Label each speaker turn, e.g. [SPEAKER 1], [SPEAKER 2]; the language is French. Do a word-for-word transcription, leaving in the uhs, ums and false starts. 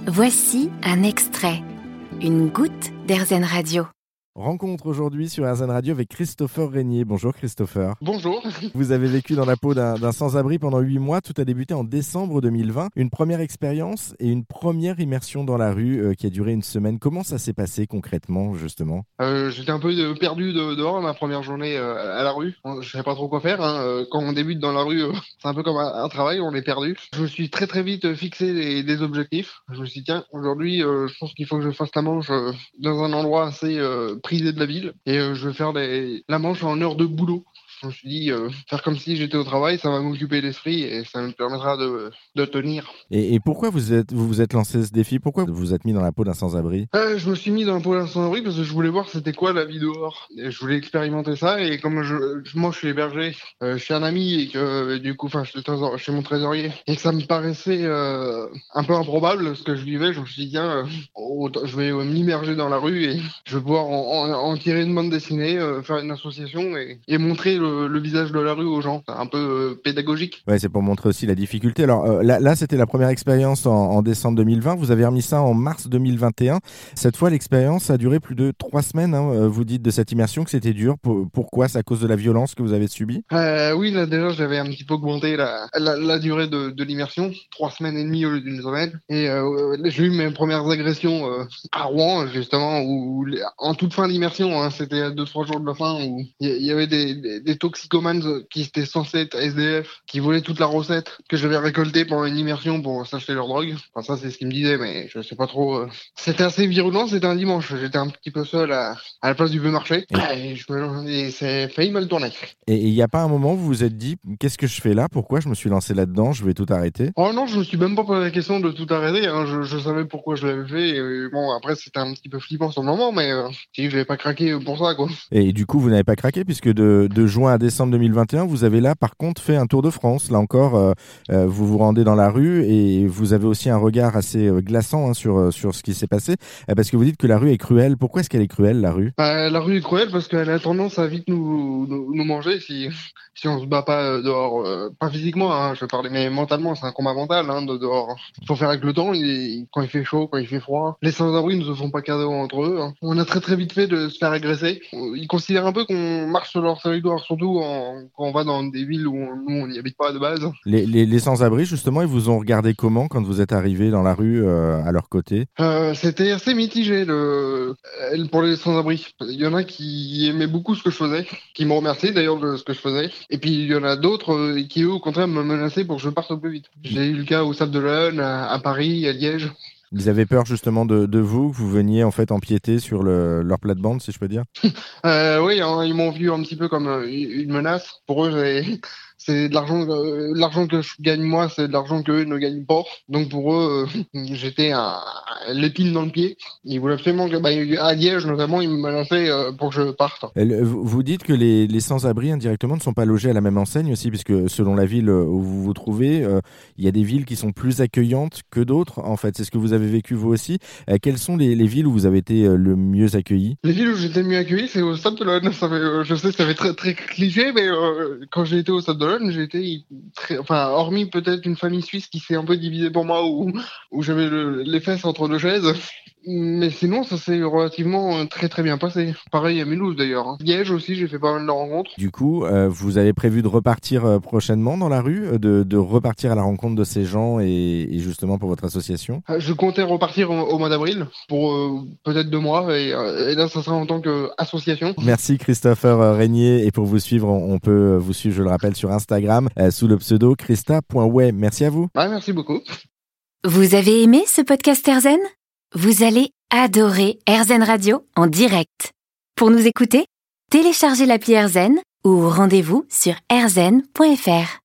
[SPEAKER 1] Voici un extrait, une goutte d'Airzen Radio.
[SPEAKER 2] Rencontre aujourd'hui sur Airzen Radio avec Christopher Régnier. Bonjour Christopher.
[SPEAKER 3] Bonjour.
[SPEAKER 2] Vous avez vécu dans la peau d'un, d'un sans-abri pendant huit mois. Tout a débuté en décembre deux mille vingt. Une première expérience et une première immersion dans la rue euh, qui a duré une semaine. Comment ça s'est passé concrètement justement ?
[SPEAKER 3] euh, J'étais un peu de, perdu de, dehors ma première journée euh, à la rue. Je savais pas trop quoi faire. Hein. Euh, quand on débute dans la rue, euh, c'est un peu comme un, un travail, on est perdu. Je me suis très très vite fixé des, des objectifs. Je me suis dit tiens, aujourd'hui, euh, je pense qu'il faut que je fasse la manche euh, dans un endroit assez euh, prisé de la ville. Et euh, je vais faire des... la manche en heure de boulot. Je me suis dit, euh, faire comme si j'étais au travail, ça va m'occuper l'esprit et ça me permettra de, de tenir.
[SPEAKER 2] Et, et pourquoi vous êtes, vous vous êtes lancé ce défi ? Pourquoi vous vous êtes mis dans la peau d'un sans-abri ?
[SPEAKER 3] euh, Je me suis mis dans la peau d'un sans-abri parce que je voulais voir c'était quoi la vie dehors. Et je voulais expérimenter ça et comme je, moi je suis hébergé euh, chez un ami et que euh, du coup, enfin chez mon trésorier, et que ça me paraissait euh, un peu improbable ce que je vivais, je me suis dit tiens, euh, je vais m'immerger dans la rue et je vais pouvoir en, en, en tirer une bande dessinée, euh, faire une association et, et montrer le le visage de la rue aux gens, c'est un peu euh, pédagogique.
[SPEAKER 2] Ouais, c'est pour montrer aussi la difficulté. Alors euh, là, là, c'était la première expérience en, en décembre deux mille vingt. Vous avez remis ça en mars deux mille vingt et un. Cette fois, l'expérience a duré plus de trois semaines. Hein. Vous dites de cette immersion que c'était dur. Pour, pourquoi ? C'est à cause de la violence que vous avez subie ?
[SPEAKER 3] euh, Oui, là déjà, j'avais un petit peu augmenté la, la, la durée de, de l'immersion, trois semaines et demie au lieu d'une semaine. Et euh, j'ai eu mes premières agressions euh, à Rouen, justement, où, où en toute fin d'immersion, hein, c'était à deux trois jours de la fin, où il y, y avait des, des, des toxicomanes qui étaient censés être S D F, qui voulaient toute la recette que j'avais récoltée pendant une immersion pour s'acheter leur drogue. Enfin, ça, c'est ce qu'ils me disaient, mais je sais pas trop. Euh... C'était assez virulent, c'était un dimanche. J'étais un petit peu seul à, à la place du vieux marché. Et, je me... et c'est failli mal tourner.
[SPEAKER 2] Et il n'y a pas un moment où vous vous êtes dit, qu'est-ce que je fais là ? Pourquoi je me suis lancé là-dedans ? Je vais tout arrêter ?
[SPEAKER 3] Oh non, je me suis même pas posé la question de tout arrêter. Hein. Je, je savais pourquoi je l'avais fait. Et bon, après, c'était un petit peu flippant sur le moment, mais euh, si, je n'avais pas craqué pour ça, quoi.
[SPEAKER 2] Et du coup, vous n'avez pas craqué, puisque de, de juin à décembre deux mille vingt et un, vous avez là, par contre, fait un tour de France. Là encore, euh, euh, vous vous rendez dans la rue et vous avez aussi un regard assez euh, glaçant hein, sur, sur ce qui s'est passé, euh, parce que vous dites que la rue est cruelle. Pourquoi est-ce qu'elle est cruelle, la rue ?
[SPEAKER 3] Bah, la rue est cruelle parce qu'elle a tendance à vite nous, nous, nous manger si, si on se bat pas dehors. Euh, pas physiquement, hein, je parlais, mais mentalement, c'est un combat mental hein, de dehors. Il faut faire avec le temps, il, quand il fait chaud, quand il fait froid. Les sans-abri ne se font pas cadeau entre eux. Hein. On a très très vite fait de se faire agresser. Ils considèrent un peu qu'on marche sur leur territoire, surtout en, quand on va dans des villes où on, nous on n'y habite pas de base.
[SPEAKER 2] Les, les, les sans-abri, justement, ils vous ont regardé comment quand vous êtes arrivé dans la rue euh, à leur côté ?
[SPEAKER 3] euh, C'était assez mitigé le, pour les sans-abri. Il y en a qui aimaient beaucoup ce que je faisais, qui me remerciaient d'ailleurs de ce que je faisais. Et puis il y en a d'autres euh, qui eux au contraire me menaçaient pour que je parte au plus vite. J'ai eu le cas au Sable d'Olonne, à, à Paris, à Liège.
[SPEAKER 2] Ils avaient peur justement de, de vous, que vous veniez en fait empiéter sur le, leur plate-bande, si je peux dire ?
[SPEAKER 3] euh, Oui, hein, ils m'ont vu un petit peu comme une menace. Pour eux, j'ai... c'est de l'argent, euh, l'argent que je gagne moi, c'est de l'argent qu'eux ne gagnent pas. Donc pour eux, euh, j'étais un, l'épine dans le pied. Ils voulaient absolument que, bah, à Liège notamment, ils me menaçaient euh, pour que je parte.
[SPEAKER 2] Vous dites que les, les sans-abri indirectement ne sont pas logés à la même enseigne aussi, puisque selon la ville où vous vous trouvez, euh, il y a des villes qui sont plus accueillantes que d'autres. En fait, c'est ce que vous avez vécu vous aussi. Euh, quelles sont les, les villes où vous avez été euh, le mieux accueilli ?
[SPEAKER 3] Les villes où j'étais le mieux accueilli, c'est au Sable d'Olonne. Ça fait, euh, je sais, ça fait très très cliché, mais euh, quand j'ai été au Sable d'Olonne, j'ai été très, enfin, hormis peut-être une famille suisse qui s'est un peu divisée pour moi, où où j'avais le, les fesses entre deux chaises. Mais sinon, ça s'est relativement très très bien passé. Pareil à Mulhouse d'ailleurs. Hein. Liège aussi, j'ai fait pas mal de rencontres.
[SPEAKER 2] Du coup, euh, vous avez prévu de repartir euh, prochainement dans la rue, de, de repartir à la rencontre de ces gens et, et justement pour votre association ?
[SPEAKER 3] Je comptais repartir au, au mois d'avril pour euh, peut-être deux mois et, et là, ça sera en tant qu'association.
[SPEAKER 2] Merci Christopher Régnier et pour vous suivre, on, on peut vous suivre, je le rappelle, sur Instagram euh, sous le pseudo christa point way. Merci à vous.
[SPEAKER 3] Ouais, merci beaucoup.
[SPEAKER 1] Vous avez aimé ce podcast Airzen ? Vous allez adorer Airzen Radio en direct. Pour nous écouter, téléchargez l'appli Airzen ou rendez-vous sur airzen point f r.